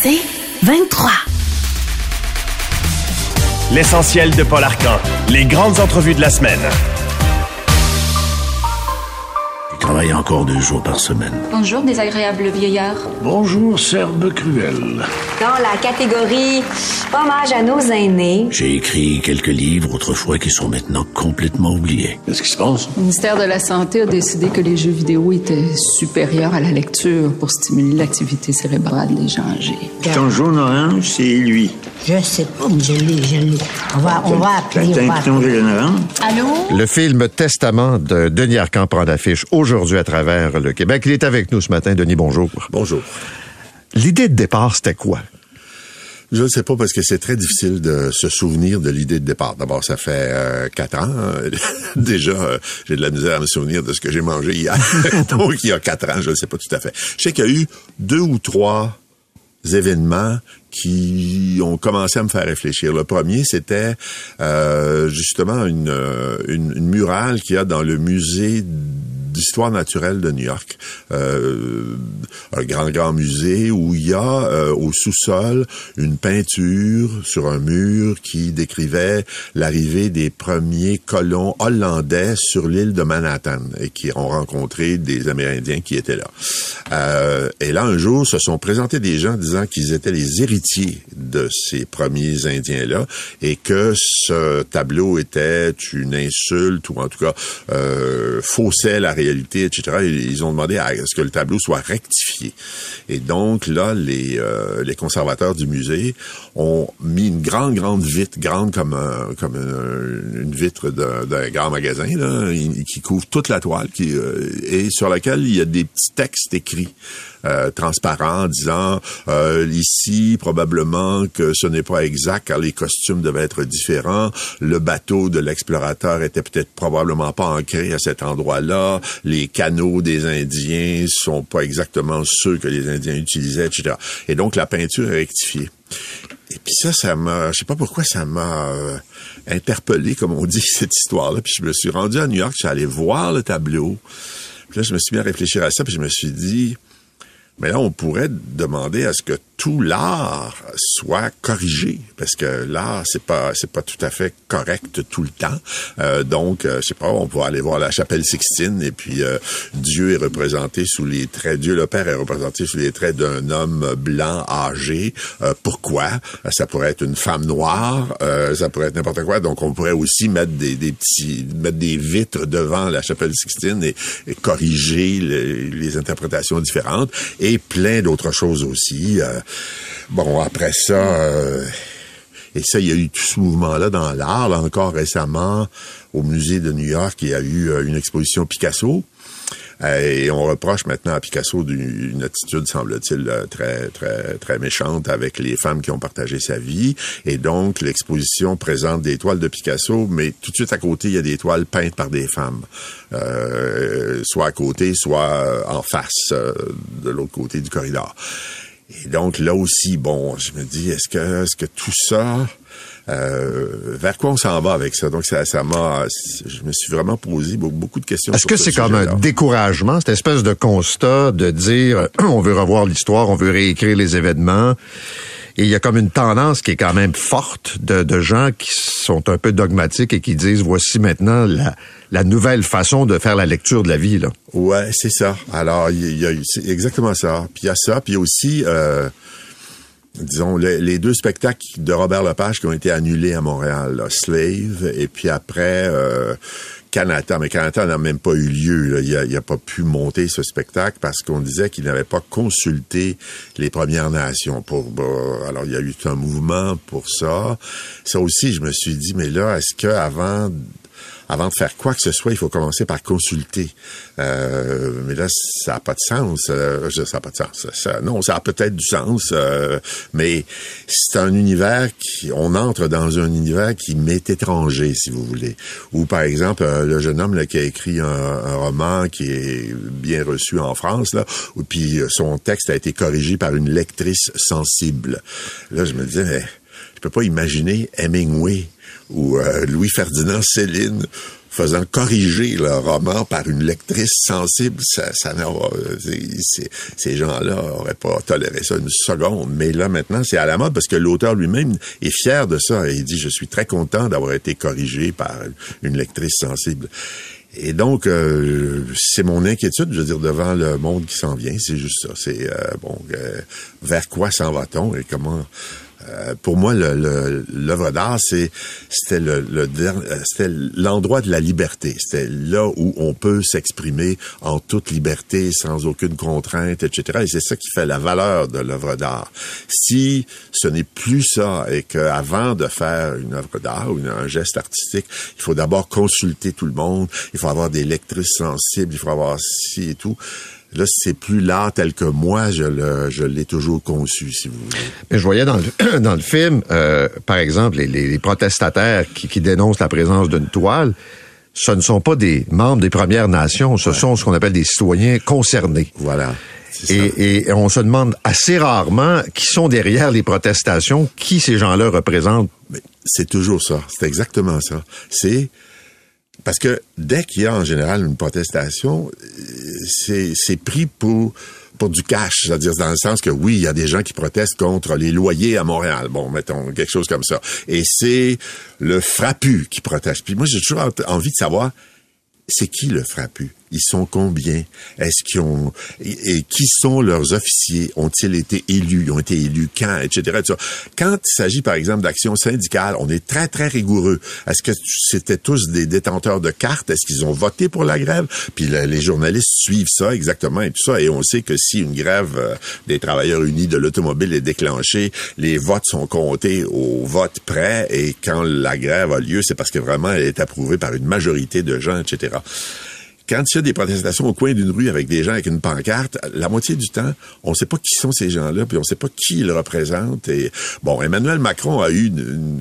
C'est 23. L'essentiel de Paul Arcan. Les grandes entrevues de la semaine. Il travaille encore 2 jours par semaine. Bonjour, désagréable vieillard. Bonjour, serbe cruelle. Dans la catégorie hommage à nos aînés. J'ai écrit quelques livres autrefois qui sont maintenant complètement oubliés. Qu'est-ce qui se passe? Le ministère de la Santé a décidé que les jeux vidéo étaient supérieurs à la lecture pour stimuler l'activité cérébrale des gens âgés. Ton jaune orange, c'est lui. Je sais pas, mais je l'ai. On va appeler. Allô? Le film Testament de Denis Arcand prend l'affiche aujourd'hui à travers le Québec. Il est avec nous ce matin. Denis, bonjour. Bonjour. L'idée de départ, c'était quoi? Je ne sais pas, parce que c'est très difficile de se souvenir de l'idée de départ. D'abord, ça fait 4 ans. Déjà, j'ai de la misère à me souvenir de ce que j'ai mangé hier. Donc, il y a 4 ans, je ne sais pas tout à fait. Je sais qu'il y a eu 2 ou 3 événements qui ont commencé à me faire réfléchir. Le premier, c'était justement une murale qu'il y a dans le musée d'histoire naturelle de New York. Un grand musée où il y a au sous-sol une peinture sur un mur qui décrivait l'arrivée des premiers colons hollandais sur l'île de Manhattan et qui ont rencontré des Amérindiens qui étaient là. Et là, un jour, se sont présentés des gens disant qu'ils étaient les héritiers de ces premiers Indiens-là et que ce tableau était une insulte ou en tout cas faussait la réalité, etc. Et ils ont demandé à ce que le tableau soit rectifié. Et donc, là, les conservateurs du musée ont mis une grande vitre, grande comme une vitre d'un grand magasin, là, qui couvre toute la toile, et sur laquelle il y a des petits textes écrits, transparents, disant ici, probablement que ce n'est pas exact, car les costumes devaient être différents. Le bateau de l'explorateur était peut-être probablement pas ancré à cet endroit-là. Les canaux des Indiens sont pas exactement ceux que les Indiens utilisaient, etc. Et donc, la peinture est rectifiée. Et puis ça m'a, je sais pas pourquoi ça m'a interpellé, comme on dit, cette histoire-là. Puis je me suis rendu à New York, je suis allé voir le tableau. Puis là, je me suis mis à réfléchir à ça, puis je me suis dit, mais là, on pourrait demander à ce que tout l'art soit corrigé, parce que l'art, c'est pas tout à fait correct tout le temps. Donc, je sais pas, on pourrait aller voir la chapelle Sixtine, et puis Dieu est représenté sous les traits, Dieu le Père est représenté sous les traits d'un homme blanc âgé. Pourquoi? Ça pourrait être une femme noire, ça pourrait être n'importe quoi. Donc, on pourrait aussi mettre mettre des vitres devant la chapelle Sixtine et corriger les interprétations différentes, et plein d'autres choses aussi. Bon, après ça, et ça, il y a eu tout ce mouvement-là dans l'art. Là, encore récemment, au musée de New York, il y a eu une exposition Picasso. Et on reproche maintenant à Picasso une attitude, semble-t-il, très, très, très méchante avec les femmes qui ont partagé sa vie. Et donc, l'exposition présente des toiles de Picasso, mais tout de suite à côté, il y a des toiles peintes par des femmes. Soit à côté, soit en face, de l'autre côté du corridor. Et donc, là aussi, bon, je me dis, est-ce que tout ça... vers quoi on s'en va avec ça? Donc, je me suis vraiment posé beaucoup de questions. Est-ce que c'est comme un découragement, cette espèce de constat de dire, on veut revoir l'histoire, on veut réécrire les événements, et il y a comme une tendance qui est quand même forte de gens qui sont un peu dogmatiques et qui disent, voici maintenant la nouvelle façon de faire la lecture de la vie, là. Ouais, c'est ça. Alors, c'est exactement ça. Puis il y a ça, puis aussi... disons, les 2 spectacles de Robert Lepage qui ont été annulés à Montréal, là, Slave, et puis après Kanata. Mais Kanata n'a même pas eu lieu, là. Il a pas pu monter ce spectacle parce qu'on disait qu'il n'avait pas consulté les Premières Nations. Alors, il y a eu tout un mouvement pour ça. Ça aussi, je me suis dit, mais là, est-ce que avant de faire quoi que ce soit, il faut commencer par consulter. Mais là, ça n'a pas de sens. Ça n'a pas de sens. Non, ça a peut-être du sens, mais c'est un univers on entre dans un univers qui m'est étranger, si vous voulez. Ou par exemple, le jeune homme là, qui a écrit un roman qui est bien reçu en France, là, puis son texte a été corrigé par une lectrice sensible. Là, je me disais, mais je peux pas imaginer Hemingway ou Louis-Ferdinand Céline faisant corriger leur roman par une lectrice sensible, ces gens-là auraient pas toléré ça une seconde. Mais là, maintenant, c'est à la mode parce que l'auteur lui-même est fier de ça. Et il dit, je suis très content d'avoir été corrigé par une lectrice sensible. Et donc, c'est mon inquiétude, je veux dire, devant le monde qui s'en vient, c'est juste ça. C'est, vers quoi s'en va-t-on et comment... pour moi, l'œuvre d'art, c'était l'endroit de la liberté. C'était là où on peut s'exprimer en toute liberté, sans aucune contrainte, etc. Et c'est ça qui fait la valeur de l'œuvre d'art. Si ce n'est plus ça et qu'avant de faire une œuvre d'art ou un geste artistique, il faut d'abord consulter tout le monde, il faut avoir des lectrices sensibles, il faut avoir ci et tout. Là, c'est plus l'art tel que moi, je l'ai toujours conçu, si vous voulez. Mais je voyais dans le film, par exemple, les protestataires qui dénoncent la présence d'une toile, ce ne sont pas des membres des Premières Nations, ce sont ce qu'on appelle des citoyens concernés. Voilà. Et on se demande assez rarement qui sont derrière les protestations, qui ces gens-là représentent. Mais c'est toujours ça, c'est exactement ça. Parce que dès qu'il y a en général une protestation, c'est pris pour du cash, c'est-à-dire dans le sens que oui, il y a des gens qui protestent contre les loyers à Montréal, bon, mettons quelque chose comme ça. Et c'est le frappu qui proteste. Puis moi, j'ai toujours envie de savoir, c'est qui le frappu? Ils sont combien? Est-ce qu'ils ont... Et qui sont leurs officiers? Ont-ils été élus? Ils ont été élus quand? Etc. etc. Quand il s'agit, par exemple, d'action syndicale, on est très, très rigoureux. Est-ce que c'était tous des détenteurs de cartes? Est-ce qu'ils ont voté pour la grève? Puis les journalistes suivent ça exactement et tout ça. Et on sait que si une grève des travailleurs unis de l'automobile est déclenchée, les votes sont comptés au vote près. Et quand la grève a lieu, c'est parce que vraiment elle est approuvée par une majorité de gens, etc. Quand il y a des protestations au coin d'une rue avec des gens avec une pancarte, la moitié du temps, on ne sait pas qui sont ces gens-là, puis on ne sait pas qui ils représentent. Et bon, Emmanuel Macron a eu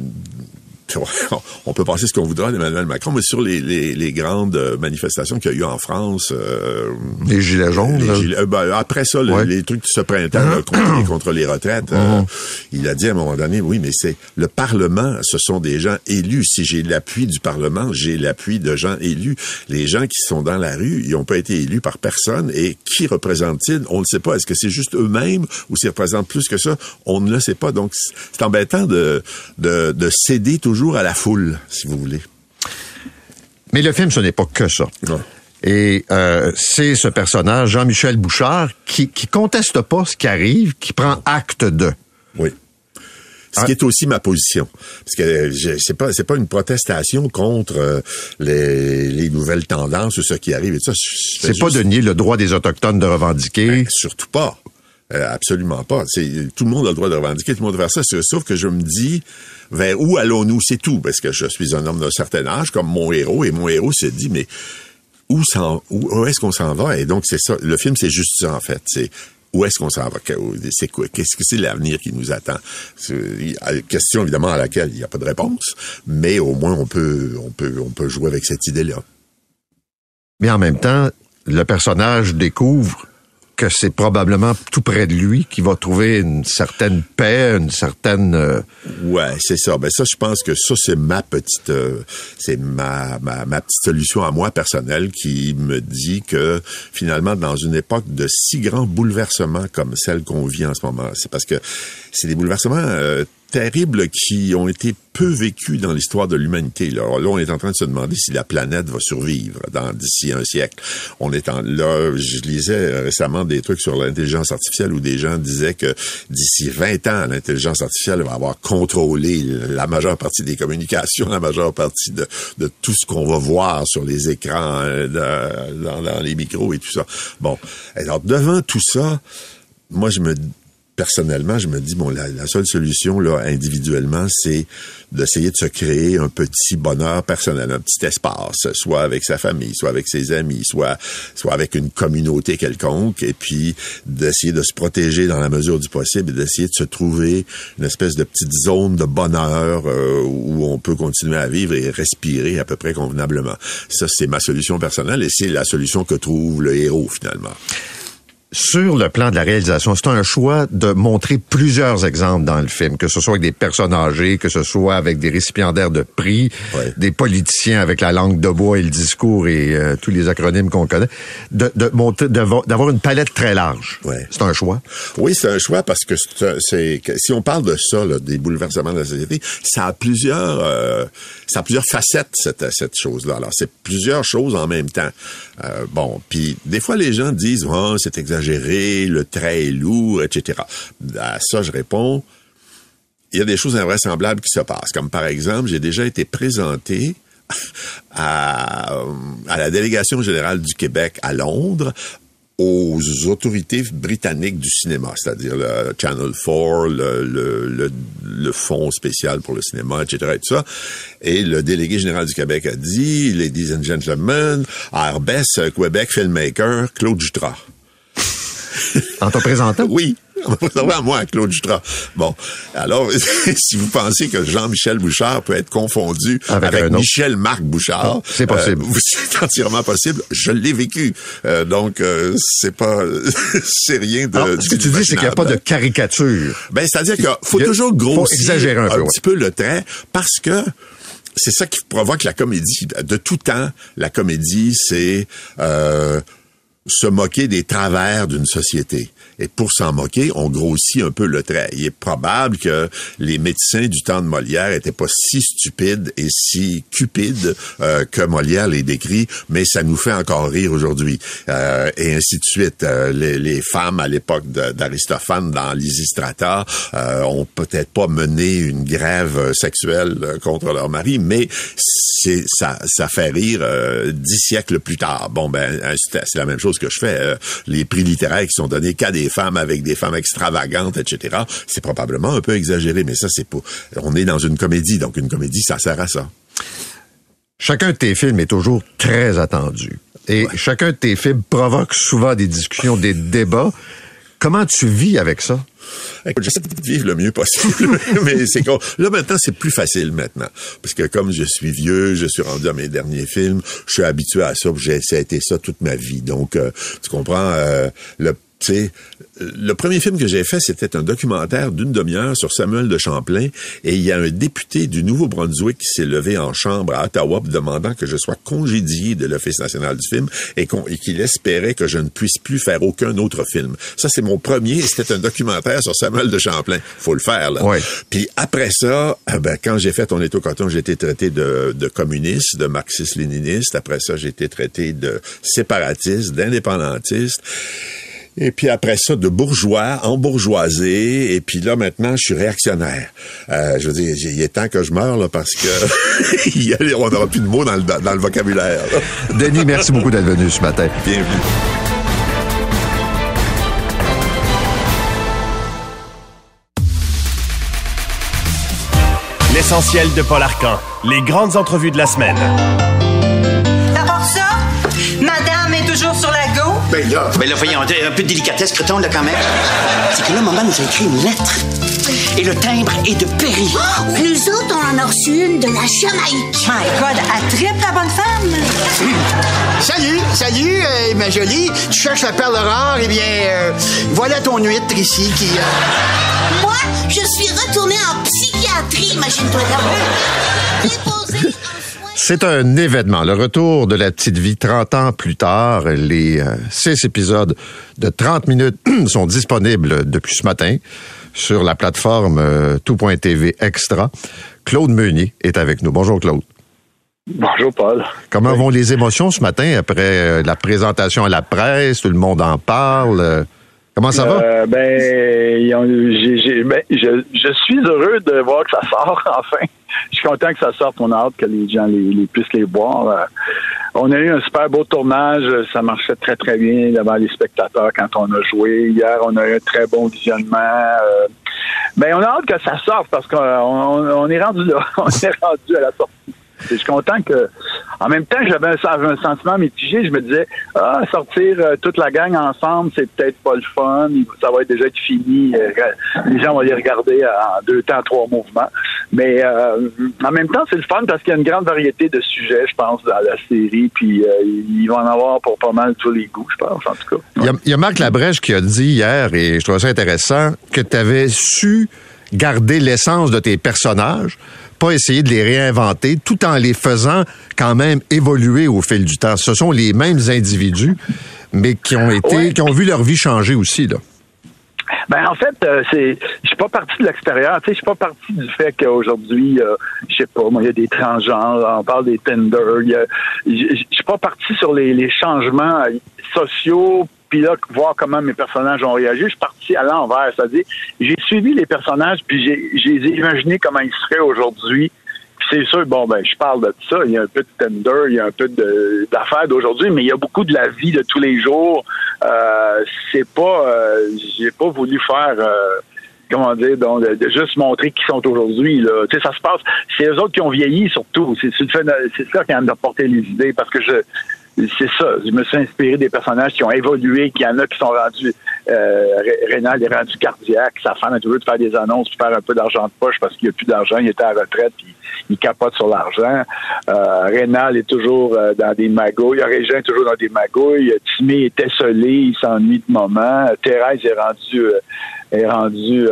on peut penser ce qu'on voudra d'Emmanuel Macron, mais sur les grandes manifestations qu'il y a eu en France... les gilets jaunes, après ça, les trucs de ce printemps contre les retraites, il a dit à un moment donné, oui, mais c'est le Parlement, ce sont des gens élus. Si j'ai l'appui du Parlement, j'ai l'appui de gens élus. Les gens qui sont dans la rue, ils n'ont pas été élus par personne. Et qui représentent-ils? On ne sait pas. Est-ce que c'est juste eux-mêmes ou s'ils représentent plus que ça? On ne le sait pas. Donc, c'est embêtant de céder toujours à la foule, si vous voulez. Mais le film, ce n'est pas que ça. Non. Et c'est ce personnage, Jean-Michel Bouchard, qui conteste pas ce qui arrive, qui prend acte de. Oui. Ce qui est aussi ma position. Parce que c'est pas une protestation contre les nouvelles tendances ou ce qui arrive et tout ça. C'est pas de nier le droit des Autochtones de revendiquer. Ben, surtout pas. Absolument pas. Tout le monde a le droit de revendiquer, tout le monde doit faire ça. Sauf que je me dis, vers où allons-nous? C'est tout. Parce que je suis un homme d'un certain âge, comme mon héros, et mon héros se dit, mais où est-ce qu'on s'en va? Et donc, c'est ça. Le film, c'est juste ça, en fait. C'est où est-ce qu'on s'en va? C'est quoi? Qu'est-ce que c'est l'avenir qui nous attend? C'est une question, évidemment, à laquelle il n'y a pas de réponse. Mais au moins, on peut jouer avec cette idée-là. Mais en même temps, le personnage découvre que c'est probablement tout près de lui qu'il va trouver une certaine paix, une certaine... Ouais, c'est ça. Ben ça, je pense que ça, c'est ma petite solution à moi personnelle qui me dit que finalement, dans une époque de si grands bouleversements comme celle qu'on vit en ce moment, c'est parce que c'est des bouleversements terribles qui ont été peu vécus dans l'histoire de l'humanité. Là, on est en train de se demander si la planète va survivre d'ici un siècle. Je lisais récemment des trucs sur l'intelligence artificielle où des gens disaient que d'ici 20 ans, l'intelligence artificielle va avoir contrôlé la majeure partie des communications, la majeure partie de tout ce qu'on va voir sur les écrans, dans les micros et tout ça. Bon, alors devant tout ça, moi personnellement, je me dis, bon, la seule solution, là, individuellement, c'est d'essayer de se créer un petit bonheur personnel, un petit espace, soit avec sa famille, soit avec ses amis, soit avec une communauté quelconque, et puis d'essayer de se protéger dans la mesure du possible et d'essayer de se trouver une espèce de petite zone de bonheur où on peut continuer à vivre et respirer à peu près convenablement. Ça, c'est ma solution personnelle et c'est la solution que trouve le héros, finalement. Sur le plan de la réalisation, c'est un choix de montrer plusieurs exemples dans le film, que ce soit avec des personnes âgées, que ce soit avec des récipiendaires de prix, des politiciens avec la langue de bois et le discours et tous les acronymes qu'on connaît, d'avoir une palette très large. Ouais. C'est un choix. Oui, c'est un choix parce que si on parle de ça, là, des bouleversements de la société, ça a plusieurs facettes cette chose-là. Alors c'est plusieurs choses en même temps. Puis des fois les gens disent c'est exagéré, le trait est lourd, etc. À ça, je réponds, il y a des choses invraisemblables qui se passent. Comme par exemple, j'ai déjà été présenté à la délégation générale du Québec à Londres, aux autorités britanniques du cinéma, c'est-à-dire le Channel 4, le Fonds spécial pour le cinéma, etc. et tout ça. Et le délégué général du Québec a dit, Ladies and Gentlemen, Airbus Québec filmmaker Claude Jutras. En te présentant? Oui. On va présenter à moi, Claude Jutras. Bon. Alors, si vous pensez que Jean-Michel Bouchard peut être confondu avec Michel-Marc Bouchard. C'est possible. C'est entièrement possible. Je l'ai vécu. Donc, c'est rien de... Alors, ce que tu dis, c'est qu'il n'y a pas de caricature. Ben, c'est-à-dire qu'il faut toujours grossir exagérer un petit peu le trait parce que c'est ça qui provoque la comédie. De tout temps, la comédie, c'est se moquer des travers d'une société. Et pour s'en moquer, on grossit un peu le trait. Il est probable que les médecins du temps de Molière étaient pas si stupides et si cupides que Molière les décrit, mais ça nous fait encore rire aujourd'hui. Et ainsi de suite. Les femmes à l'époque d'Aristophane dans Lysistrata ont peut-être pas mené une grève sexuelle contre leur mari, mais ça fait rire 10 siècles plus tard. Bon, ben, c'est la même chose que je fais. Les prix littéraires qui sont donnés qu'à des femmes avec des femmes extravagantes, etc. C'est probablement un peu exagéré, mais ça, c'est pas... On est dans une comédie, donc une comédie, ça sert à ça. Chacun de tes films est toujours très attendu. Et chacun de tes films provoque souvent des discussions, des débats. Comment tu vis avec ça? Écoute, j'essaie de vivre le mieux possible, mais c'est con. Là, maintenant, c'est plus facile maintenant. Parce que comme je suis vieux, je suis rendu à mes derniers films, je suis habitué à ça, ça a été ça toute ma vie. Donc, tu comprends, le premier film que j'ai fait, c'était un documentaire d'une demi-heure sur Samuel de Champlain, et il y a un député du Nouveau-Brunswick qui s'est levé en chambre à Ottawa demandant que je sois congédié de l'Office national du film et qu'il espérait que je ne puisse plus faire aucun autre film. Ça, c'est mon premier, c'était un documentaire sur Samuel de Champlain. Faut le faire, là. Ouais. Puis après ça, quand j'ai fait On est au coton, j'ai été traité de communiste, de marxiste-léniniste. Après ça, j'ai été traité de séparatiste, d'indépendantiste. Et puis après ça, de bourgeois, embourgeoisé, et puis là, maintenant, je suis réactionnaire. Je veux dire, il est temps que je meure, là, parce que on n'aura plus de mots dans le vocabulaire, là. Denis, merci beaucoup d'être venu ce matin. Bienvenue. L'essentiel de Paul Arcan. Les grandes entrevues de la semaine. D'abord ça, madame est toujours sur la go. Ben là, voyons, un peu de délicatesse, creton, là, quand même. C'est que là, maman nous a écrit une lettre. Et le timbre est de Perry. Oh, nous autres, on en a reçu une de la Jamaïque. My God, elle triple la bonne femme. Salut, ma jolie. Tu cherches la perle rare, eh bien, voilà ton huître ici qui... Moi, je suis retournée en psychiatrie, imagine-toi là. C'est un événement. Le retour de La Petite Vie 30 ans plus tard. Les 6 épisodes de 30 minutes sont disponibles depuis ce matin sur la plateforme tout.tv Extra. Claude Meunier est avec nous. Bonjour, Claude. Bonjour, Paul. Comment vont les émotions ce matin après la présentation à la presse? Tout le monde en parle. Comment ça va? Je suis heureux de voir que ça sort, enfin. Je suis content que ça sorte. On a hâte que les gens puissent les voir. On a eu un super beau tournage. Ça marchait très, très bien devant les spectateurs quand on a joué. Hier, on a eu un très bon visionnement. On a hâte que ça sorte parce qu'on est rendu là. On est rendu à la sortie. Je suis content que, en même temps, j'avais un sentiment mitigé. Je me disais, sortir toute la gang ensemble, c'est peut-être pas le fun. Ça va déjà être fini. Les gens vont les regarder en 2 temps, 3 mouvements. Mais en même temps, c'est le fun parce qu'il y a une grande variété de sujets, je pense, dans la série. Puis il va en avoir pour pas mal tous les goûts, je pense, en tout cas. Il y a Marc Labrèche qui a dit hier, et je trouve ça intéressant, que tu avais su garder l'essence de tes personnages, pas essayer de les réinventer, tout en les faisant quand même évoluer au fil du temps. Ce sont les mêmes individus, mais qui ont vu leur vie changer aussi, là. Ben en fait, je suis pas parti de l'extérieur. Tu sais, je suis pas parti du fait qu'aujourd'hui, je sais pas, moi, il y a des transgenres, on parle des Tinder. Je suis pas parti sur les changements sociaux. Puis là, voir comment mes personnages ont réagi, je suis parti à l'envers. C'est-à-dire, j'ai suivi les personnages, puis j'ai imaginé comment ils seraient aujourd'hui. Puis c'est sûr, je parle de ça. Il y a un peu de Tinder, il y a un peu d'affaires d'aujourd'hui, mais il y a beaucoup de la vie de tous les jours. J'ai pas voulu faire... de juste montrer qui sont aujourd'hui, là. Tu sais, ça se passe. C'est eux autres qui ont vieilli, surtout. C'est ça qui en a porté les idées, parce que c'est ça. Je me suis inspiré des personnages qui ont évolué, qu'il y en a qui sont rendus... Rénal est rendu cardiaque. Sa femme a toujours de faire des annonces pour faire un peu d'argent de poche parce qu'il n'y a plus d'argent. Il était à la retraite puis il capote sur l'argent. Rénal est toujours dans des magouilles. Régin est toujours dans des magouilles. Timé est esselé. Il s'ennuie de moment. Thérèse est rendue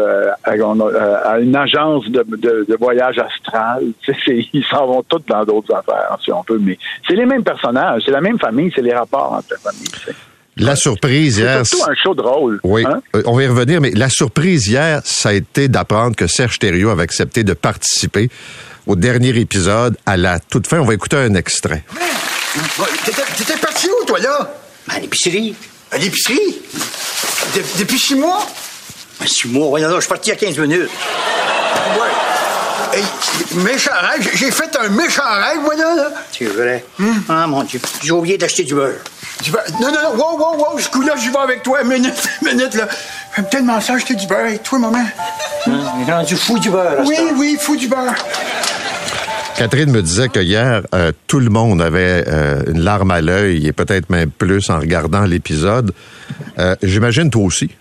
à une agence de voyage astral. Ils s'en vont tous dans d'autres affaires, si on peut. Mais c'est les mêmes personnages. C'est la même famille. C'est les rapports entre les familles. La surprise hier... C'est surtout un show de rôle. Oui, hein? On va y revenir, mais la surprise hier, ça a été d'apprendre que Serge Thériault avait accepté de participer au dernier épisode à la toute fin. On va écouter un extrait. T'étais parti où, toi, là? À l'épicerie. À l'épicerie? Depuis 6 mois? 6 mois, voyons là, je suis parti il y a 15 minutes. Ouais. Hey, méchant rêve. J'ai fait un méchant rêve, moi, là. C'est vrai. Ah, mon Dieu. J'ai oublié d'acheter du beurre. Non, wow, ce coup-là, j'y vais avec toi. Minute, là. J'aime tellement ça, acheter du beurre avec toi, maman. Il est rendu fou du beurre. Oui, fou du beurre. Catherine me disait que hier, tout le monde avait une larme à l'œil et peut-être même plus en regardant l'épisode. J'imagine toi aussi.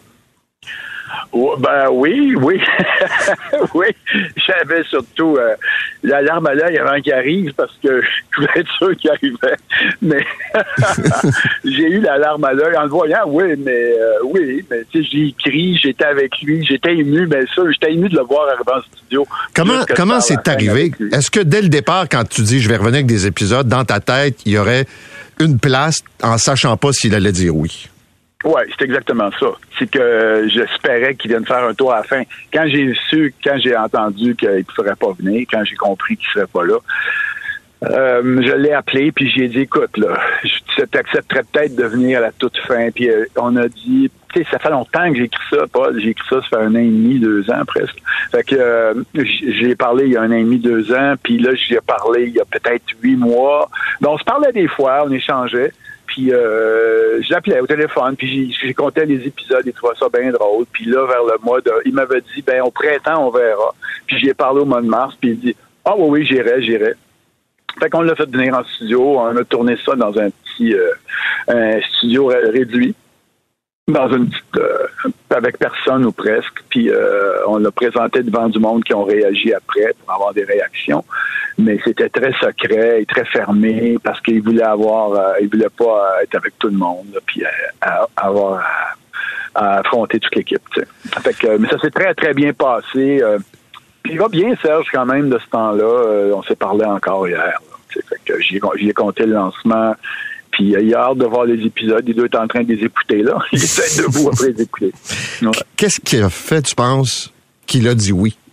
Oui. Oui. J'avais surtout la larme à l'œil avant qu'il arrive parce que je voulais être sûr qu'il arrivait. Mais j'ai eu la larme à l'œil en le voyant, mais tu sais, j'ai écrit, j'étais avec lui, j'étais ému, bien sûr, j'étais ému de le voir arriver en studio. Comment c'est arrivé? Est-ce que dès le départ, quand tu dis je vais revenir avec des épisodes, dans ta tête, il y aurait une place en sachant pas s'il allait dire oui? Oui, c'est exactement ça. C'est que j'espérais qu'il vienne faire un tour à la fin. Quand j'ai entendu qu'il ne ferait pas venir, quand j'ai compris qu'il ne serait pas là, je l'ai appelé, puis j'ai dit, écoute, là, tu accepterais peut-être de venir à la toute fin. Puis on a dit, tu sais, ça fait longtemps que j'ai écrit ça, Paul. J'ai écrit ça, ça fait 1 an et demi, 2 ans presque. Fait que j'ai parlé il y a 1 an et demi, 2 ans, puis là, j'y ai parlé il y a peut-être 8 mois. Ben, on se parlait des fois, on échangeait. Puis je l'appelais au téléphone, puis j'ai compté les épisodes, il trouvait ça bien drôle. Puis là, vers le mois il m'avait dit, au printemps, on verra. Puis j'y ai parlé au mois de mars, puis il dit, oui, j'irai. Fait qu'on l'a fait venir en studio, on a tourné ça dans un petit un studio réduit, dans une petite, avec personne ou presque. Puis on l'a présenté devant du monde qui ont réagi après pour avoir des réactions. Mais c'était très secret et très fermé parce qu'il voulait il voulait pas être avec tout le monde, là, puis avoir à affronter toute l'équipe. T'sais. Fait que, mais ça s'est très très bien passé. Puis il va bien, Serge, quand même, de ce temps-là. On s'est parlé encore hier. Là, fait que j'y ai compté le lancement. Puis il a hâte de voir les épisodes. Il doit être en train de les écouter, là. Il est debout après les écouter. Ouais. Qu'est-ce qui a fait, tu penses, qu'il a dit oui?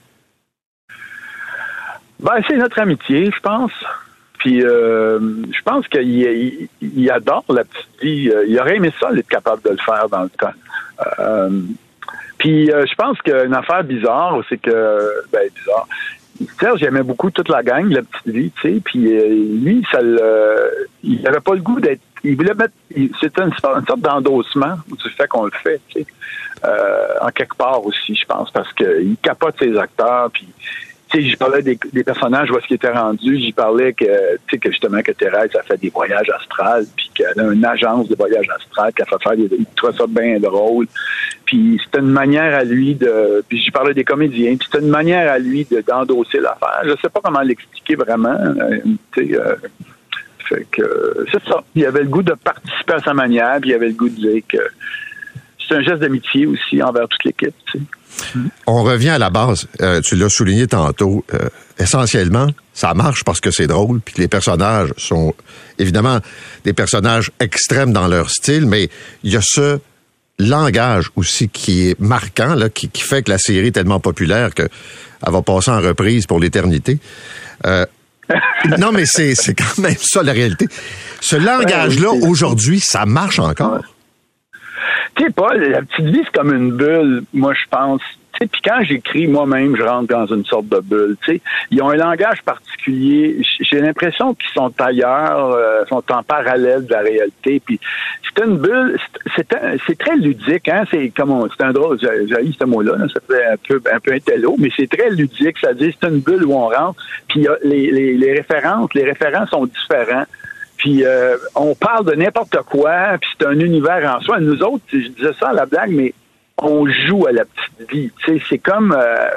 C'est notre amitié, je pense. Puis je pense qu'il adore la petite vie. Il aurait aimé ça, être capable de le faire dans le temps. Puis je pense qu'une affaire bizarre, c'est que... bizarre. Serge, j'aimais beaucoup toute la gang, la petite vie, tu sais. Puis lui, il n'avait pas le goût d'être... Il voulait mettre... C'était une sorte d'endossement du fait qu'on le fait, tu sais. En quelque part aussi, je pense, parce qu'il capote ses acteurs, puis tu sais, j'y parlais des personnages, où est-ce qu'ils étaient rendus. J'y parlais que, tu sais, que justement, que Thérèse a fait des voyages astrales, puis qu'elle a une agence de voyages astrales, qu'elle fait faire il trouve ça bien drôle. Puis c'était une manière à lui de... Puis j'y parlais des comédiens, puis c'était une manière à lui d'endosser l'affaire. Je sais pas comment l'expliquer vraiment, tu sais... fait que c'est ça. Il avait le goût de participer à sa manière, puis il avait le goût de dire que c'est un geste d'amitié aussi envers toute l'équipe, tu sais. On revient à la base. Tu l'as souligné tantôt. Essentiellement, ça marche parce que c'est drôle, puis que les personnages sont évidemment des personnages extrêmes dans leur style, mais il y a ce langage aussi qui est marquant, là, qui fait que la série est tellement populaire qu'elle va passer en reprise pour l'éternité. Non, mais c'est quand même ça la réalité. Ce langage-là, aujourd'hui, ça marche encore. Ouais. Tu sais, Paul, la petite vie, c'est comme une bulle, moi, je pense. Tu sais, puis quand j'écris moi-même, je rentre dans une sorte de bulle. Tu sais, ils ont un langage particulier. J'ai l'impression qu'ils sont ailleurs, sont en parallèle de la réalité. Puis c'est une bulle. C'est très ludique, hein. C'est un drôle. J'ai ce mot-là. Là, ça fait un peu intello, mais c'est très ludique. Ça dit c'est une bulle où on rentre. Puis les références sont différents. Puis on parle de n'importe quoi, puis c'est un univers en soi. Nous autres, je disais ça à la blague, mais on joue à la petite vie. Tu sais, c'est comme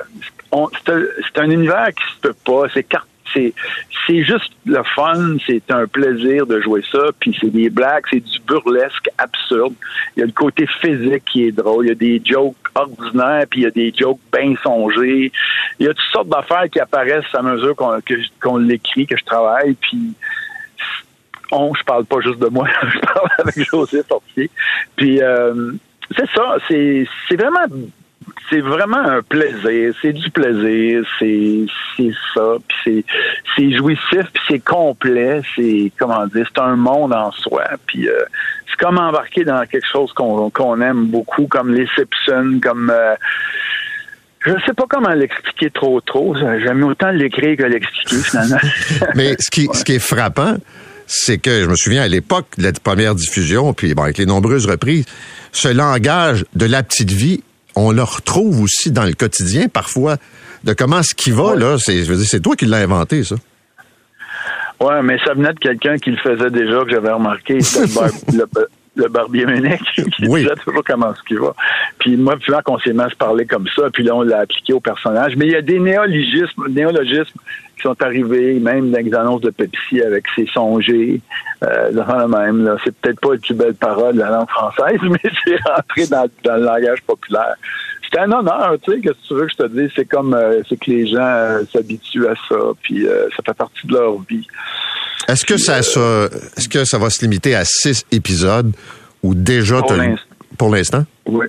c'est un univers qui se peut pas. C'est juste le fun, c'est un plaisir de jouer ça, puis c'est des blagues, c'est du burlesque absurde. Il y a le côté physique qui est drôle, il y a des jokes ordinaires, puis il y a des jokes bien songés. Il y a toutes sortes d'affaires qui apparaissent à mesure qu'on l'écrit, que je travaille, puis je parle pas juste de moi, je parle avec José Fortier. Puis c'est ça, c'est vraiment un plaisir, c'est du plaisir, c'est ça, puis c'est jouissif, puis c'est complet, c'est c'est un monde en soi, puis c'est comme embarquer dans quelque chose qu'on aime beaucoup, comme les Simpsons, comme je sais pas comment l'expliquer trop. J'aime autant l'écrire que l'expliquer finalement. Mais ce qui est frappant, c'est que je me souviens à l'époque de la première diffusion, puis avec les nombreuses reprises, ce langage de la petite vie, on le retrouve aussi dans le quotidien parfois, de comment ce qui va, là, c'est toi qui l'as inventé, ça. Ouais, mais ça venait de quelqu'un qui le faisait déjà, que j'avais remarqué, c'était le barbier Ménec, qui disait toujours comment ce qui va. Puis moi, puis là, qu'on s'est mis à se parler comme ça, puis là, on l'a appliqué au personnage. Mais il y a des néologismes qui sont arrivés, même dans les annonces de Pepsi avec ses songés, même, là. C'est peut-être pas les plus belles paroles de la langue française, mais c'est rentré dans le langage populaire. C'est un honneur, tu sais, qu'est-ce que tu veux que je te dise? C'est comme, c'est que les gens s'habituent à ça, puis ça fait partie de leur vie. Est-ce que ça va se limiter à 6 épisodes ou déjà pour l'instant? Oui.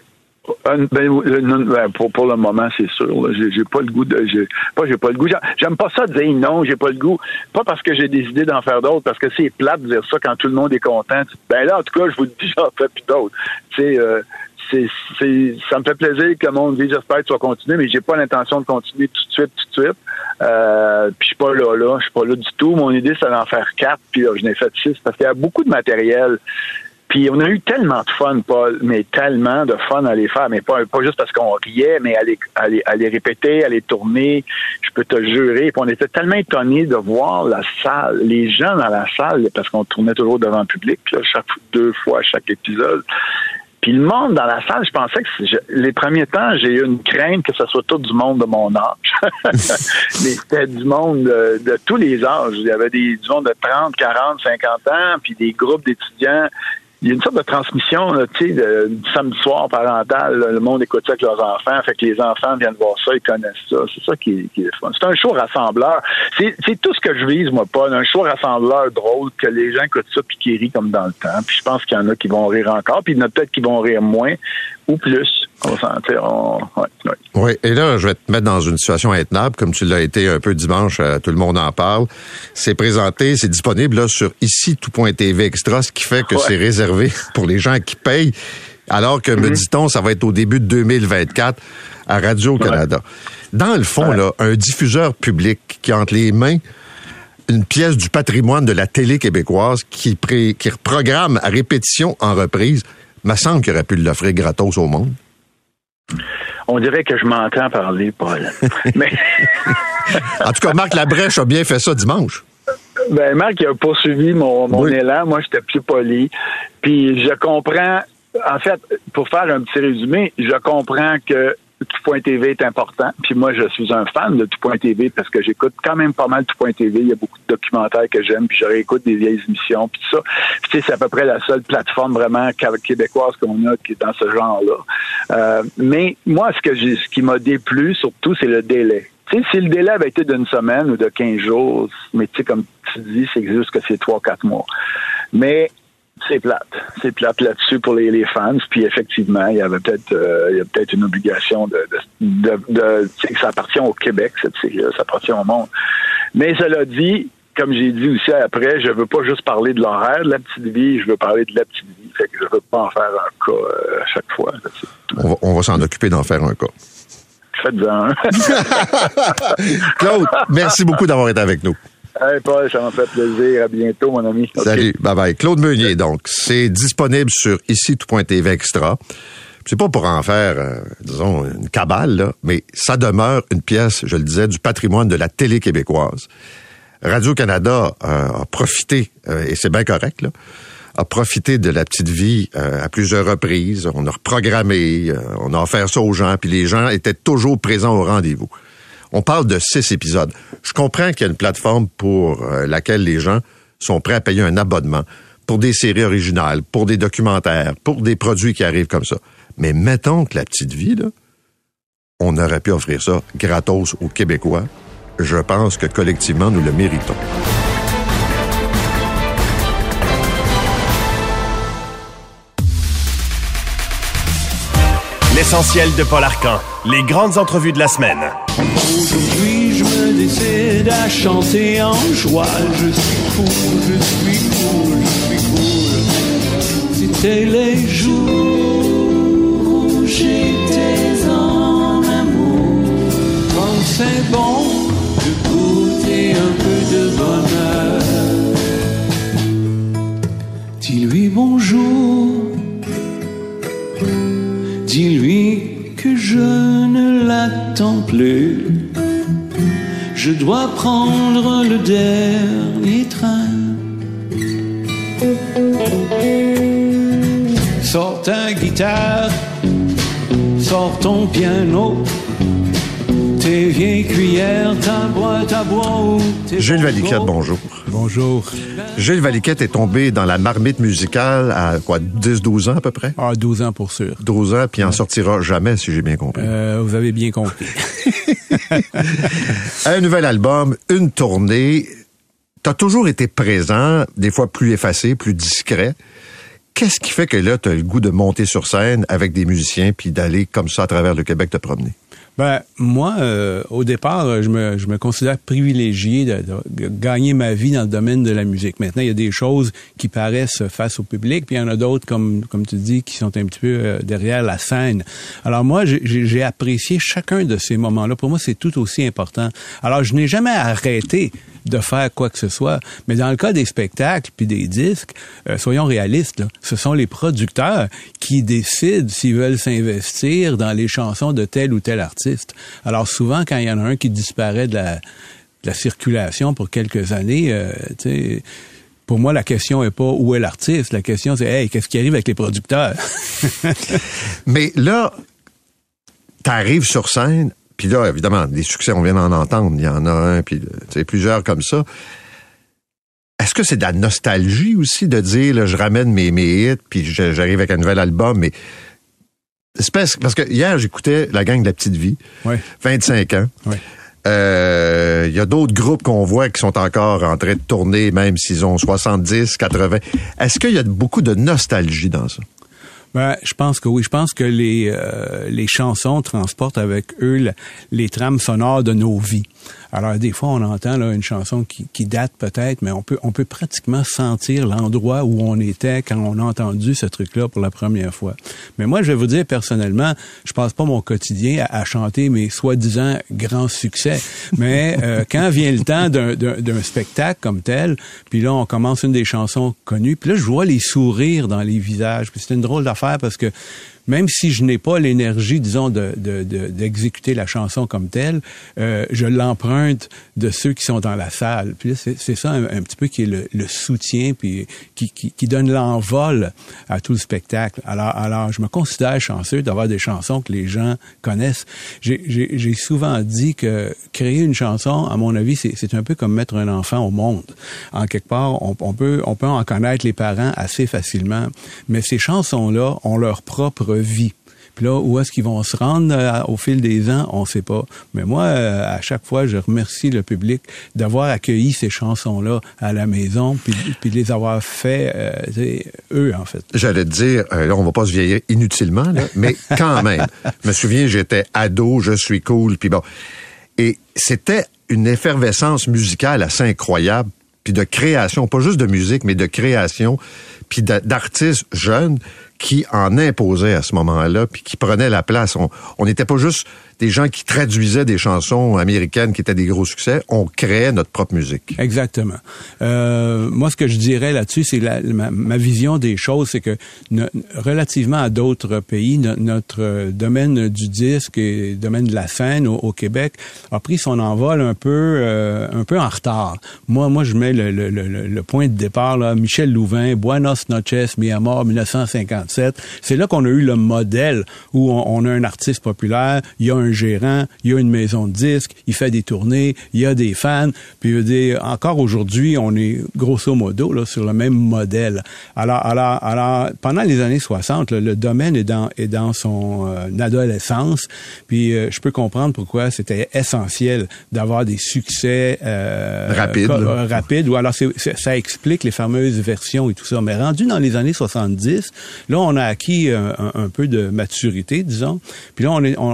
Pour le moment, c'est sûr. Là, j'ai pas le goût j'ai pas le goût. J'aime pas ça de dire non, j'ai pas le goût. Pas parce que j'ai des idées d'en faire d'autres, parce que c'est plate de dire ça quand tout le monde est content. Ben là, en tout cas, je vous le dis, j'en fais plus d'autres. Tu sais, ça me fait plaisir que le monde dise j'espère que tu vas continuer, mais j'ai pas l'intention de continuer tout de suite. Puis je suis pas là du tout. Mon idée, c'est d'en faire 4, puis là, je n'ai fait 6 parce qu'il y a beaucoup de matériel. Puis on a eu tellement de fun, Paul, mais tellement de fun à les faire, mais pas juste parce qu'on riait, mais à les répéter, à les tourner, je peux te jurer. Puis on était tellement étonnés de voir la salle, les gens dans la salle, parce qu'on tournait toujours devant le public, là, 2 fois à chaque épisode. Puis le monde dans la salle, je pensais que les premiers temps, j'ai eu une crainte que ce soit tout du monde de mon âge. Mais c'était du monde de tous les âges. Il y avait du monde de 30, 40, 50 ans, puis des groupes d'étudiants. Il y a une sorte de transmission, tu sais, du samedi soir parental. Là, le monde écoute ça avec leurs enfants. Fait que les enfants viennent voir ça, ils connaissent ça. C'est ça qui est fun. C'est un show rassembleur. C'est tout ce que je vise, moi, Paul. Un show rassembleur drôle, que les gens écoutent ça puis qui rient comme dans le temps. Puis je pense qu'il y en a qui vont rire encore. Puis il y en a peut-être qui vont rire moins ou plus. On va sentir. Oui, et là, je vais te mettre dans une situation intenable, comme tu l'as été un peu dimanche, tout le monde en parle. C'est présenté, c'est disponible là sur ici tout.tv extra, ce qui fait que c'est réservé pour les gens qui payent, alors que, me dit-on, ça va être au début de 2024 à Radio-Canada. Dans le fond, là, un diffuseur public qui a entre les mains une pièce du patrimoine de la télé québécoise qui reprogramme à répétition en reprise, me semble qu'il aurait pu l'offrir gratos au monde. On dirait que je m'entends parler, Paul. Mais... En tout cas, Marc Labrèche a bien fait ça dimanche. Ben, Marc, il a poursuivi mon élan. Moi, j'étais plus poli. Puis, je comprends... En fait, pour faire un petit résumé, je comprends que Tout.tv est important. Puis moi, je suis un fan de Tout.tv parce que j'écoute quand même pas mal Tout.tv. Il y a beaucoup de documentaires que j'aime, puis je réécoute des vieilles émissions, puis tout ça. Puis, tu sais, c'est à peu près la seule plateforme vraiment québécoise qu'on a qui est dans ce genre-là. Mais moi, ce qui m'a déplu, surtout, c'est le délai. Tu sais, si le délai avait été d'une semaine ou de 15 jours, mais tu sais, comme tu dis, c'est juste que c'est 3-4 mois. Mais c'est plate. C'est plate là-dessus pour les fans. Puis effectivement, il y a peut-être une obligation de tu sais, que ça appartient au Québec, cette série-là, ça appartient au monde. Mais cela dit, comme j'ai dit aussi après, je veux pas juste parler de l'horaire de La Petite Vie, je veux parler de La Petite Vie. Fait que je veux pas en faire un cas à chaque fois. On va s'en occuper d'en faire un cas. Faites-en un. Claude, merci beaucoup d'avoir été avec nous. Hey Paul, ça m'a fait plaisir. À bientôt, mon ami. Okay. Salut, bye-bye. Claude Meunier, donc. C'est disponible sur ici Tout.tv Extra. C'est pas pour en faire, disons, une cabale, là, mais ça demeure une pièce, je le disais, du patrimoine de la télé québécoise. Radio-Canada a profité, et c'est bien correct, là, a profité de La Petite Vie à plusieurs reprises. On a reprogrammé, on a offert ça aux gens, puis les gens étaient toujours présents au rendez-vous. On parle de 6 épisodes. Je comprends qu'il y a une plateforme pour laquelle les gens sont prêts à payer un abonnement pour des séries originales, pour des documentaires, pour des produits qui arrivent comme ça. Mais mettons que La Petite Vie, là, on aurait pu offrir ça gratos aux Québécois. Je pense que collectivement, nous le méritons. L'essentiel de Paul Arcan. Les grandes entrevues de la semaine. Aujourd'hui, je me décide à chanter en joie. Je suis fou, je suis fou, je suis fou. C'était les jours où j'étais en amour. Quand c'est bon de goûter un peu de bonheur. Dis-lui bonjour. Dis-lui que je ne l'attends plus. Je dois prendre le dernier train. Sors ta guitare, sors ton piano, tes vieilles cuillères, ta boîte à bois. Gilles Valiquette, bonjour. Bonjour. Gilles Valiquette est tombé dans la marmite musicale à quoi, 10-12 ans à peu près? Ah, 12 ans pour sûr. 12 ans, puis il en sortira jamais, si j'ai bien compris. Vous avez bien compris. Un nouvel album, une tournée. T'as toujours été présent, des fois plus effacé, plus discret. Qu'est-ce qui fait que là, t'as le goût de monter sur scène avec des musiciens puis d'aller comme ça à travers le Québec te promener? Ben moi, au départ, je me considère privilégié de gagner ma vie dans le domaine de la musique. Maintenant, il y a des choses qui paraissent face au public, puis il y en a d'autres, comme tu dis, qui sont un petit peu derrière la scène. Alors moi, j'ai apprécié chacun de ces moments-là. Pour moi, c'est tout aussi important. Alors, je n'ai jamais arrêté de faire quoi que ce soit. Mais dans le cas des spectacles puis des disques, soyons réalistes, là, ce sont les producteurs qui décident s'ils veulent s'investir dans les chansons de tel ou tel artiste. Alors souvent, quand il y en a un qui disparaît de la circulation pour quelques années, tu sais, pour moi, la question est pas où est l'artiste. La question, c'est, hey, qu'est-ce qui arrive avec les producteurs? Mais là, t'arrives sur scène. Puis là, évidemment, des succès, on vient d'en entendre. Il y en a un, puis plusieurs comme ça. Est-ce que c'est de la nostalgie aussi de dire, là, je ramène mes hits, puis j'arrive avec un nouvel album, mais parce que hier, j'écoutais La Gang de La Petite Vie, 25 ans. Oui. Il y a d'autres groupes qu'on voit qui sont encore en train de tourner, même s'ils ont 70, 80. Est-ce qu'il y a beaucoup de nostalgie dans ça? Ben, je pense que oui. Je pense que les chansons transportent avec eux les trames sonores de nos vies. Alors, des fois, on entend là une chanson qui date peut-être, mais on peut pratiquement sentir l'endroit où on était quand on a entendu ce truc-là pour la première fois. Mais moi, je vais vous dire, personnellement, je passe pas mon quotidien à chanter mes soi-disant grands succès. Mais quand vient le temps d'un spectacle comme tel, puis là, on commence une des chansons connues, puis là, je vois les sourires dans les visages. Puis c'est une drôle d'affaire parce que même si je n'ai pas l'énergie, disons, d'exécuter la chanson comme telle, je l'emprunte de ceux qui sont dans la salle. Puis là, c'est ça un petit peu qui est le soutien, puis qui donne l'envol à tout le spectacle. Alors, je me considère chanceux d'avoir des chansons que les gens connaissent. J'ai souvent dit que créer une chanson, à mon avis, c'est un peu comme mettre un enfant au monde. En quelque part, on peut en connaître les parents assez facilement, mais ces chansons-là ont leur propre vie. Puis là, où est-ce qu'ils vont se rendre au fil des ans, on sait pas. Mais moi, à chaque fois, je remercie le public d'avoir accueilli ces chansons-là à la maison, puis de les avoir fait, eux, en fait. J'allais te dire, là, on va pas se vieillir inutilement, là, mais quand même. Je me souviens, j'étais ado, je suis cool, puis bon. Et c'était une effervescence musicale assez incroyable, puis de création, pas juste de musique, mais de création, puis d'artistes jeunes qui en imposaient à ce moment-là, puis qui prenaient la place. On n'était pas juste des gens qui traduisaient des chansons américaines qui étaient des gros succès, on créait notre propre musique. Exactement. Moi, ce que je dirais là-dessus, c'est ma vision des choses, c'est que relativement à d'autres pays, notre domaine du disque et le domaine de la scène au Québec a pris son envol un peu en retard. Moi, je mets le point de départ, là, Michel Louvain, Buenos noches, mi amor, 1957. C'est là qu'on a eu le modèle où on a un artiste populaire, il y a un gérant, il y a une maison de disques, il fait des tournées, il y a des fans, puis encore aujourd'hui, on est grosso modo là sur le même modèle. Alors pendant les années 60, là, le domaine est dans son adolescence, puis je peux comprendre pourquoi c'était essentiel d'avoir des succès rapides, ou alors ça explique les fameuses versions et tout ça. Mais rendu dans les années 70, là, on a acquis un peu de maturité, disons, puis là,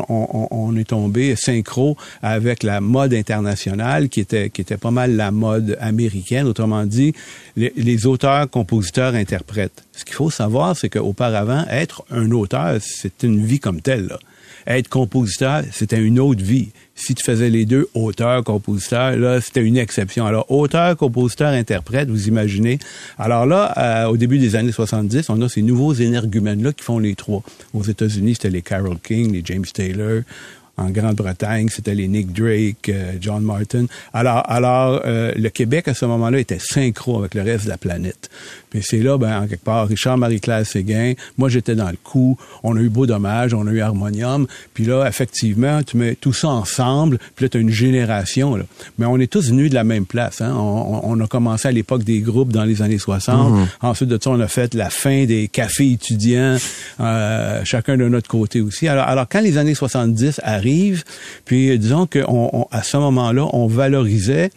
on est tombé synchro avec la mode internationale qui était pas mal la mode américaine. Autrement dit, les auteurs, compositeurs, interprètes. Ce qu'il faut savoir, c'est qu'auparavant, être un auteur, c'était une vie comme telle, là. Être compositeur, c'était une autre vie. Si tu faisais les deux, auteur, compositeur, là, c'était une exception. Alors, auteur, compositeur, interprète, vous imaginez. Alors là, au début des années 70, on a ces nouveaux énergumènes-là qui font les trois. Aux États-Unis, c'était les Carole King, les James Taylor. En Grande-Bretagne, c'était les Nick Drake, John Martin. Alors, le Québec, à ce moment-là, était synchro avec le reste de la planète. Puis c'est là, en quelque part, Richard Marie-Claire Séguin, moi, j'étais dans le coup. On a eu Beau Dommage, on a eu Harmonium. Puis là, effectivement, tu mets tout ça ensemble. Puis là, tu as une génération, là. Mais on est tous venus de la même place, hein. On a commencé à l'époque des groupes dans les années 60. Mm-hmm. Ensuite de ça, on a fait la fin des cafés étudiants, chacun de notre côté aussi. Alors quand les années 70 arrivent, puis disons que à ce moment-là, on valorisait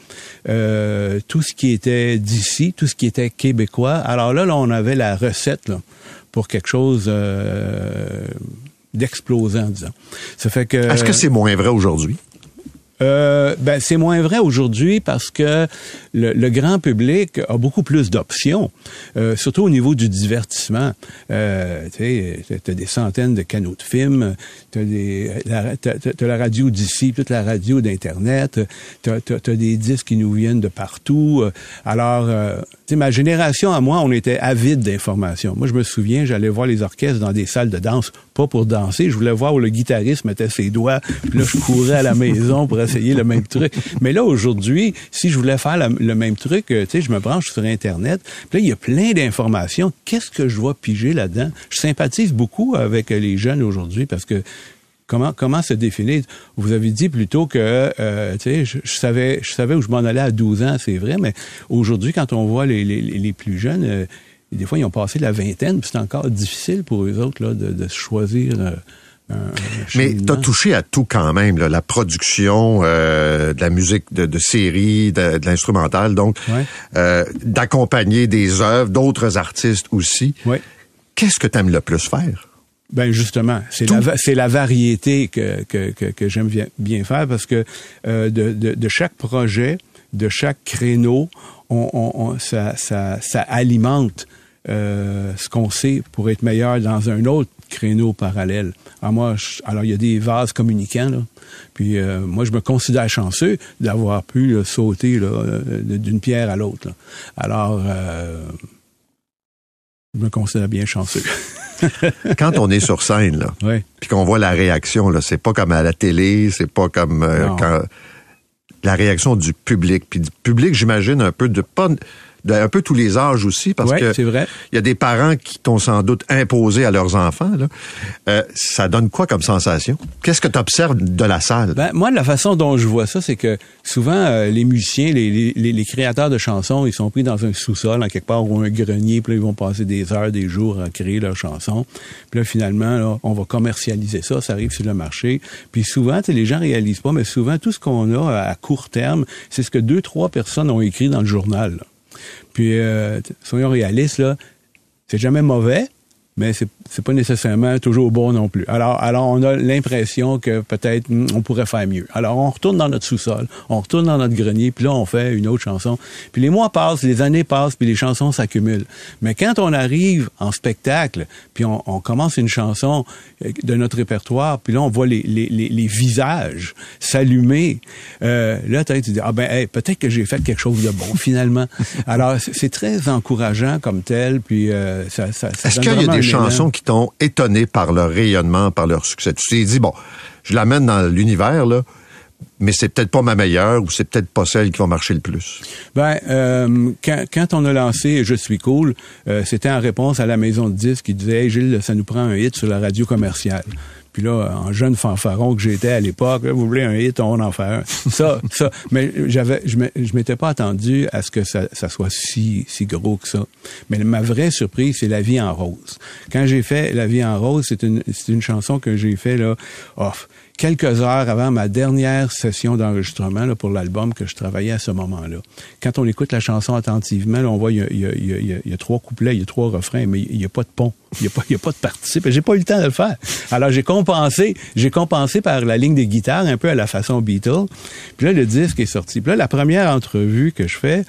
tout ce qui était d'ici, tout ce qui était québécois. Alors là, on avait la recette là, pour quelque chose d'explosant, disons. Ça fait que. Est-ce que c'est moins vrai aujourd'hui? C'est moins vrai aujourd'hui parce que le grand public a beaucoup plus d'options, surtout au niveau du divertissement. Tu sais, t'as des centaines de canaux de films, t'as la radio d'ici, toute la radio d'Internet, t'as des disques qui nous viennent de partout. Alors, tu sais, ma génération à moi, on était avide d'informations. Moi, je me souviens, j'allais voir les orchestres dans des salles de danse, pas pour danser, je voulais voir où le guitariste mettait ses doigts, puis là, je courais à la maison pour essayer le même truc. Mais là, aujourd'hui, si je voulais faire le même truc, tu sais, je me branche sur Internet, puis là, il y a plein d'informations. Qu'est-ce que je dois piger là-dedans? Je sympathise beaucoup avec les jeunes aujourd'hui parce que comment se définir? Vous avez dit plutôt que, tu sais, je savais où je m'en allais à 12 ans, c'est vrai, mais aujourd'hui, quand on voit les plus jeunes, des fois, ils ont passé la vingtaine, puis c'est encore difficile pour eux autres là, de choisir... Mais t'as touché à tout quand même, là, la production, de la musique de série, de l'instrumental, donc d'accompagner des œuvres, d'autres artistes aussi. Ouais. Qu'est-ce que t'aimes le plus faire? Ben justement, c'est la variété que j'aime bien faire parce que de chaque projet, de chaque créneau, ça alimente ce qu'on sait pour être meilleur dans un autre créneau parallèle. Alors il y a des vases communicants, là. Puis moi, je me considère chanceux d'avoir pu là, sauter là, d'une pierre à l'autre, là. Alors, je me considère bien chanceux. Quand on est sur scène, là, puis qu'on voit la réaction, là, c'est pas comme à la télé, c'est pas comme quand la réaction du public. Puis du public, j'imagine, un peu un peu tous les âges aussi, parce que c'est vrai. Il y a des parents qui t'ont sans doute imposé à leurs enfants. Là. Ça donne quoi comme sensation? Qu'est-ce que tu observes de la salle? Moi, la façon dont je vois ça, c'est que souvent, les musiciens, les créateurs de chansons, ils sont pris dans un sous-sol, en quelque part, ou un grenier, puis là, ils vont passer des heures, des jours à créer leurs chansons. Puis là, finalement, là, on va commercialiser ça, ça arrive sur le marché. Puis souvent, les gens réalisent pas, mais souvent, tout ce qu'on a à court terme, c'est ce que 2-3 personnes ont écrit dans le journal, là. Puis, soyons réalistes, là, c'est jamais mauvais, mais c'est pas nécessairement toujours bon non plus. Alors on a l'impression que peut-être on pourrait faire mieux. Alors, on retourne dans notre sous-sol, on retourne dans notre grenier, puis là, on fait une autre chanson. Puis les mois passent, les années passent, puis les chansons s'accumulent. Mais quand on arrive en spectacle, puis on commence une chanson de notre répertoire, puis là, on voit les visages s'allumer, là, tu dis, peut-être que j'ai fait quelque chose de bon, finalement. Alors, c'est très encourageant comme tel, puis ça Est-ce qu'il y a des chansons qui t'ont étonné par leur rayonnement, par leur succès? Tu t'es dit, bon, je l'amène dans l'univers, là, mais c'est peut-être pas ma meilleure ou c'est peut-être pas celle qui va marcher le plus. Quand on a lancé Je suis cool, c'était en réponse à la maison de disques qui disait « Hey Gilles, ça nous prend un hit sur la radio commerciale. » Puis là, en jeune fanfaron que j'étais à l'époque, là, vous voulez un hit, on en fait un. Ça. Mais je m'étais pas attendu à ce que ça soit si gros que ça. Mais ma vraie surprise, c'est La vie en rose. Quand j'ai fait La vie en rose, c'est une chanson que j'ai fait là, quelques heures avant ma dernière session d'enregistrement là, pour l'album que je travaillais à ce moment-là. Quand on écoute la chanson attentivement, là, on voit il y a 3 couplets, il y a 3 refrains, mais il y a pas de pont, il y a pas de participe. J'ai pas eu le temps de le faire. Alors j'ai compensé par la ligne des guitares, un peu à la façon Beatles. Puis là, le disque est sorti. Puis là, la première entrevue que je fais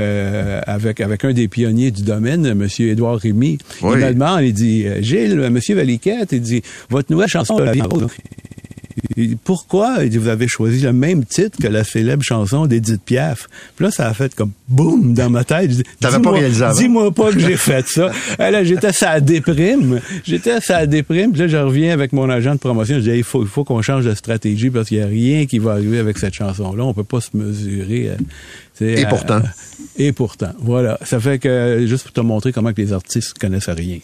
avec un des pionniers du domaine, M. Édouard Rémy, il me demande, il dit « Gilles, M. Valiquette, il dit « Votre nouvelle chanson, La vie en rose, pourquoi vous avez choisi le même titre que la célèbre chanson d'Édith Piaf? » Puis là, ça a fait comme boum dans ma tête. T'avais pas réalisé avant? Dis-moi pas que j'ai fait ça. Là, j'étais sur la déprime. Puis là, je reviens avec mon agent de promotion. Je dis, il faut qu'on change de stratégie parce qu'il y a rien qui va arriver avec cette chanson-là. On peut pas se mesurer. Et pourtant, voilà. Ça fait que, juste pour te montrer comment que les artistes connaissent rien.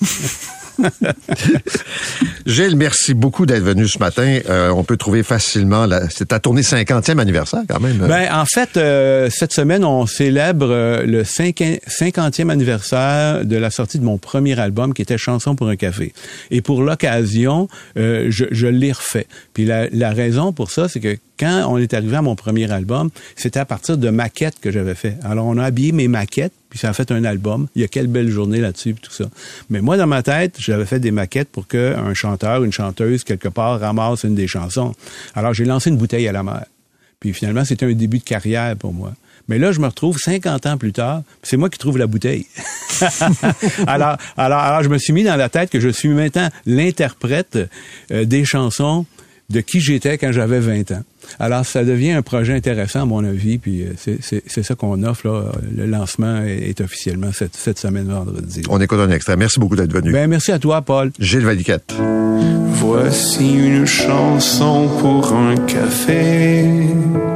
Gilles, merci beaucoup d'être venu ce matin. On peut trouver facilement, c'est ta tournée 50e anniversaire quand même. En fait, cette semaine, on célèbre le 50e anniversaire de la sortie de mon premier album qui était Chanson pour un café. Et pour l'occasion, je l'ai refait. Puis la raison pour ça, c'est que quand on est arrivé à mon premier album, c'était à partir de maquettes que j'avais fait. Alors, on a habillé mes maquettes, puis ça a fait un album. Il y a Quelle belle journée là-dessus, puis tout ça. Mais moi, dans ma tête, j'avais fait des maquettes pour qu'un chanteur, une chanteuse, quelque part, ramasse une des chansons. Alors, j'ai lancé une bouteille à la mer. Puis finalement, c'était un début de carrière pour moi. Mais là, je me retrouve 50 ans plus tard, c'est moi qui trouve la bouteille. alors, je me suis mis dans la tête que je suis maintenant l'interprète des chansons de qui j'étais quand j'avais 20 ans. Alors, ça devient un projet intéressant, à mon avis, puis c'est ça qu'on offre, là. Le lancement est officiellement cette semaine, vendredi. On écoute un extrait. Merci beaucoup d'être venu. Merci à toi, Paul. Gilles Valiquette. Voici une chanson pour un café.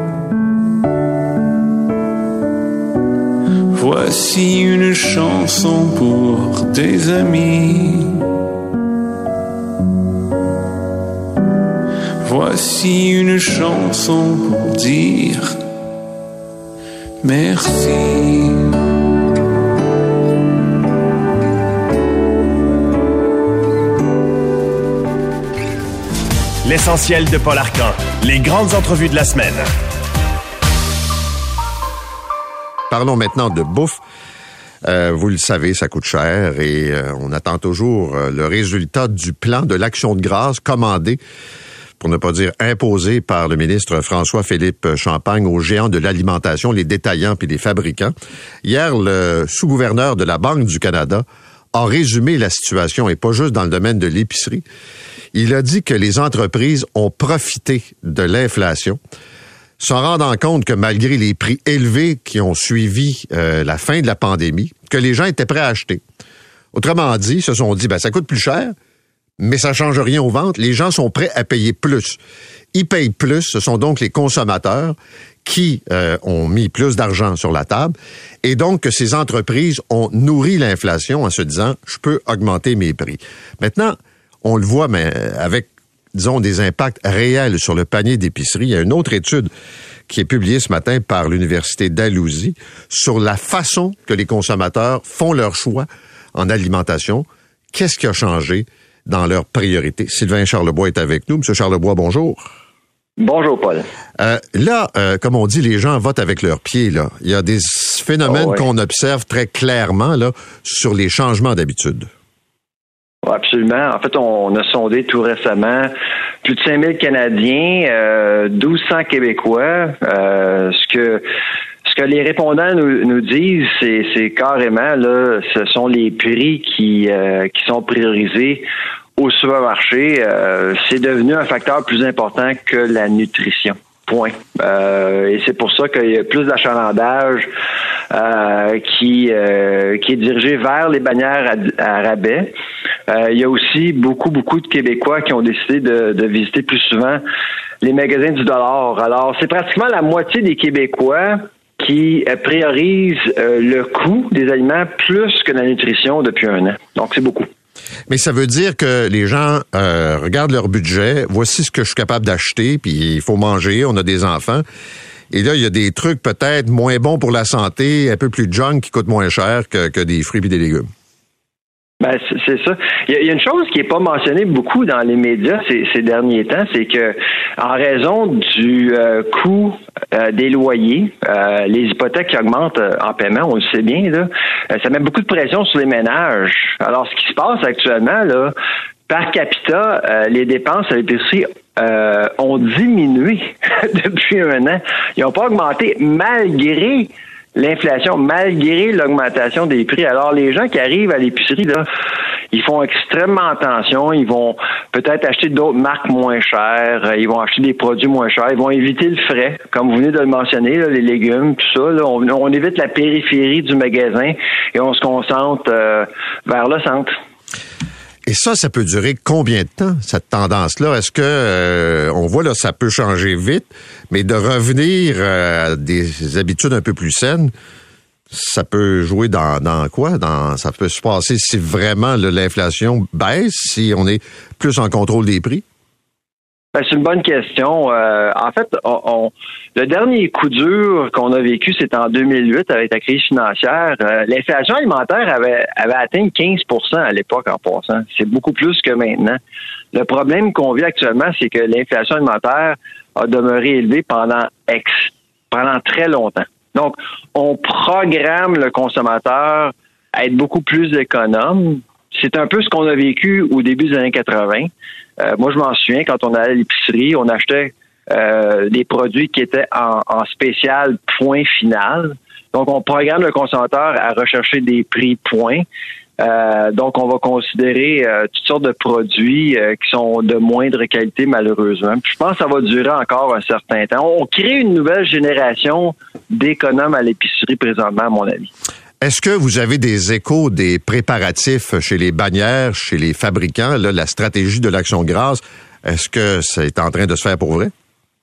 Voici une chanson pour des amis. Voici une chanson pour dire merci. L'essentiel de Paul Arcan. Les grandes entrevues de la semaine. Parlons maintenant de bouffe. Vous le savez, ça coûte cher et on attend toujours le résultat du plan de l'Action de grâce commandé, pour ne pas dire imposé, par le ministre François-Philippe Champagne aux géants de l'alimentation, les détaillants puis les fabricants. Hier, le sous-gouverneur de la Banque du Canada a résumé la situation, et pas juste dans le domaine de l'épicerie. Il a dit que les entreprises ont profité de l'inflation, se rendant compte que malgré les prix élevés qui ont suivi la fin de la pandémie, que les gens étaient prêts à acheter. Autrement dit, ils se sont dit, ça coûte plus cher, mais ça change rien aux ventes. Les gens sont prêts à payer plus. Ils payent plus. Ce sont donc les consommateurs qui ont mis plus d'argent sur la table. Et donc, que ces entreprises ont nourri l'inflation en se disant, je peux augmenter mes prix. Maintenant, on le voit, mais avec, disons, des impacts réels sur le panier d'épicerie. Il y a une autre étude qui est publiée ce matin par l'Université Dalhousie sur la façon que les consommateurs font leur choix en alimentation. Qu'est-ce qui a changé dans leurs priorités? Sylvain Charlebois est avec nous. Monsieur Charlebois, bonjour. Bonjour, Paul. Comme on dit, les gens votent avec leurs pieds, là. Il y a des phénomènes qu'on observe très clairement, là, sur les changements d'habitude. Oui, absolument. En fait, on a sondé tout récemment plus de 5000 Canadiens, 1200 Québécois. Ce que les répondants nous disent, c'est carrément, là, ce sont les prix qui sont priorisés au supermarché. C'est devenu un facteur plus important que la nutrition. Point. Et c'est pour ça qu'il y a plus d'achalandage qui est dirigé vers les bannières à rabais. Il y a aussi beaucoup de Québécois qui ont décidé de visiter plus souvent les magasins du dollar. Alors, c'est pratiquement la moitié des Québécois qui priorisent le coût des aliments plus que la nutrition depuis un an. Donc, c'est beaucoup. Mais ça veut dire que les gens regardent leur budget, voici ce que je suis capable d'acheter, puis il faut manger, on a des enfants. Et là, il y a des trucs peut-être moins bons pour la santé, un peu plus junk, qui coûtent moins cher que des fruits et des légumes. Ben, c'est ça. Il y a une chose qui n'est pas mentionnée beaucoup dans les médias ces derniers temps, c'est que en raison du coût des loyers, les hypothèques qui augmentent en paiement, on le sait bien, là, ça met beaucoup de pression sur les ménages. Alors, ce qui se passe actuellement, là, par capita, les dépenses à l'épicerie ont diminué depuis un an. Ils n'ont pas augmenté malgré l'inflation, malgré l'augmentation des prix. Alors, les gens qui arrivent à l'épicerie, là, ils font extrêmement attention. Ils vont peut-être acheter d'autres marques moins chères. Ils vont acheter des produits moins chers. Ils vont éviter le frais, comme vous venez de le mentionner, là, les légumes, tout ça. Là, on évite la périphérie du magasin et on se concentre vers le centre. Et ça peut durer combien de temps, cette tendance-là? Est-ce que on voit là, ça peut changer vite, mais de revenir à des habitudes un peu plus saines, ça peut jouer dans quoi? Ça peut se passer si vraiment l'inflation baisse, si on est plus en contrôle des prix? Ben, c'est une bonne question. En fait, le dernier coup dur qu'on a vécu, c'était en 2008 avec la crise financière. L'inflation alimentaire avait atteint 15% à l'époque en passant. C'est beaucoup plus que maintenant. Le problème qu'on vit actuellement, c'est que l'inflation alimentaire a demeuré élevée pendant très longtemps. Donc, on programme le consommateur à être beaucoup plus économe. C'est un peu ce qu'on a vécu au début des années 80. Moi, je m'en souviens, quand on allait à l'épicerie, on achetait des produits qui étaient en spécial point final. Donc, on programme le consommateur à rechercher des prix points. Donc, on va considérer toutes sortes de produits qui sont de moindre qualité, malheureusement. Puis, je pense que ça va durer encore un certain temps. On crée une nouvelle génération d'économes à l'épicerie présentement, à mon avis. Est-ce que vous avez des échos des préparatifs chez les bannières, chez les fabricants, là, la stratégie de l'Action de grâce, est-ce que c'est en train de se faire pour vrai?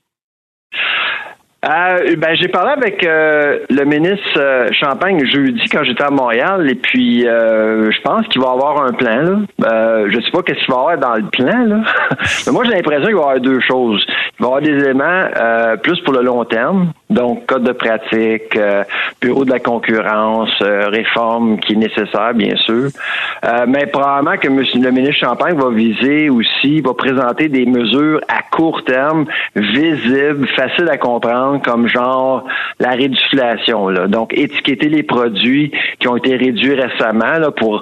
J'ai parlé avec le ministre Champagne jeudi quand j'étais à Montréal et puis je pense qu'il va avoir un plan là. Je sais pas qu'est-ce qu'il va avoir dans le plan là. Mais moi j'ai l'impression qu'il va y avoir deux choses. Il va y avoir des éléments plus pour le long terme, donc code de pratique, bureau de la concurrence, réforme qui est nécessaire bien sûr. Mais probablement que le ministre Champagne va présenter des mesures à court terme, visibles, faciles à comprendre, comme genre la réduflation. Là. Donc, étiqueter les produits qui ont été réduits récemment là, pour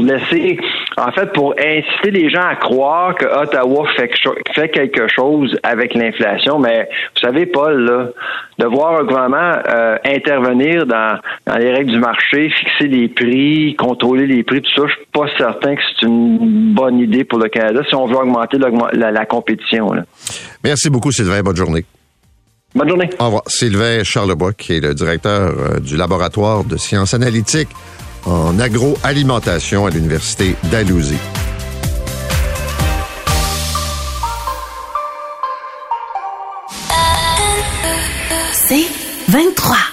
inciter les gens à croire que Ottawa fait quelque chose avec l'inflation. Mais vous savez, Paul, là, de voir un gouvernement intervenir dans les règles du marché, fixer les prix, contrôler les prix, tout ça, je suis pas certain que c'est une bonne idée pour le Canada si on veut augmenter la compétition. Là. Merci beaucoup, Sylvain. Bonne journée. Bonne journée. Au revoir. Sylvain Charlebois, qui est le directeur du laboratoire de sciences analytiques en agroalimentation à l'Université Dalhousie. C'est 23.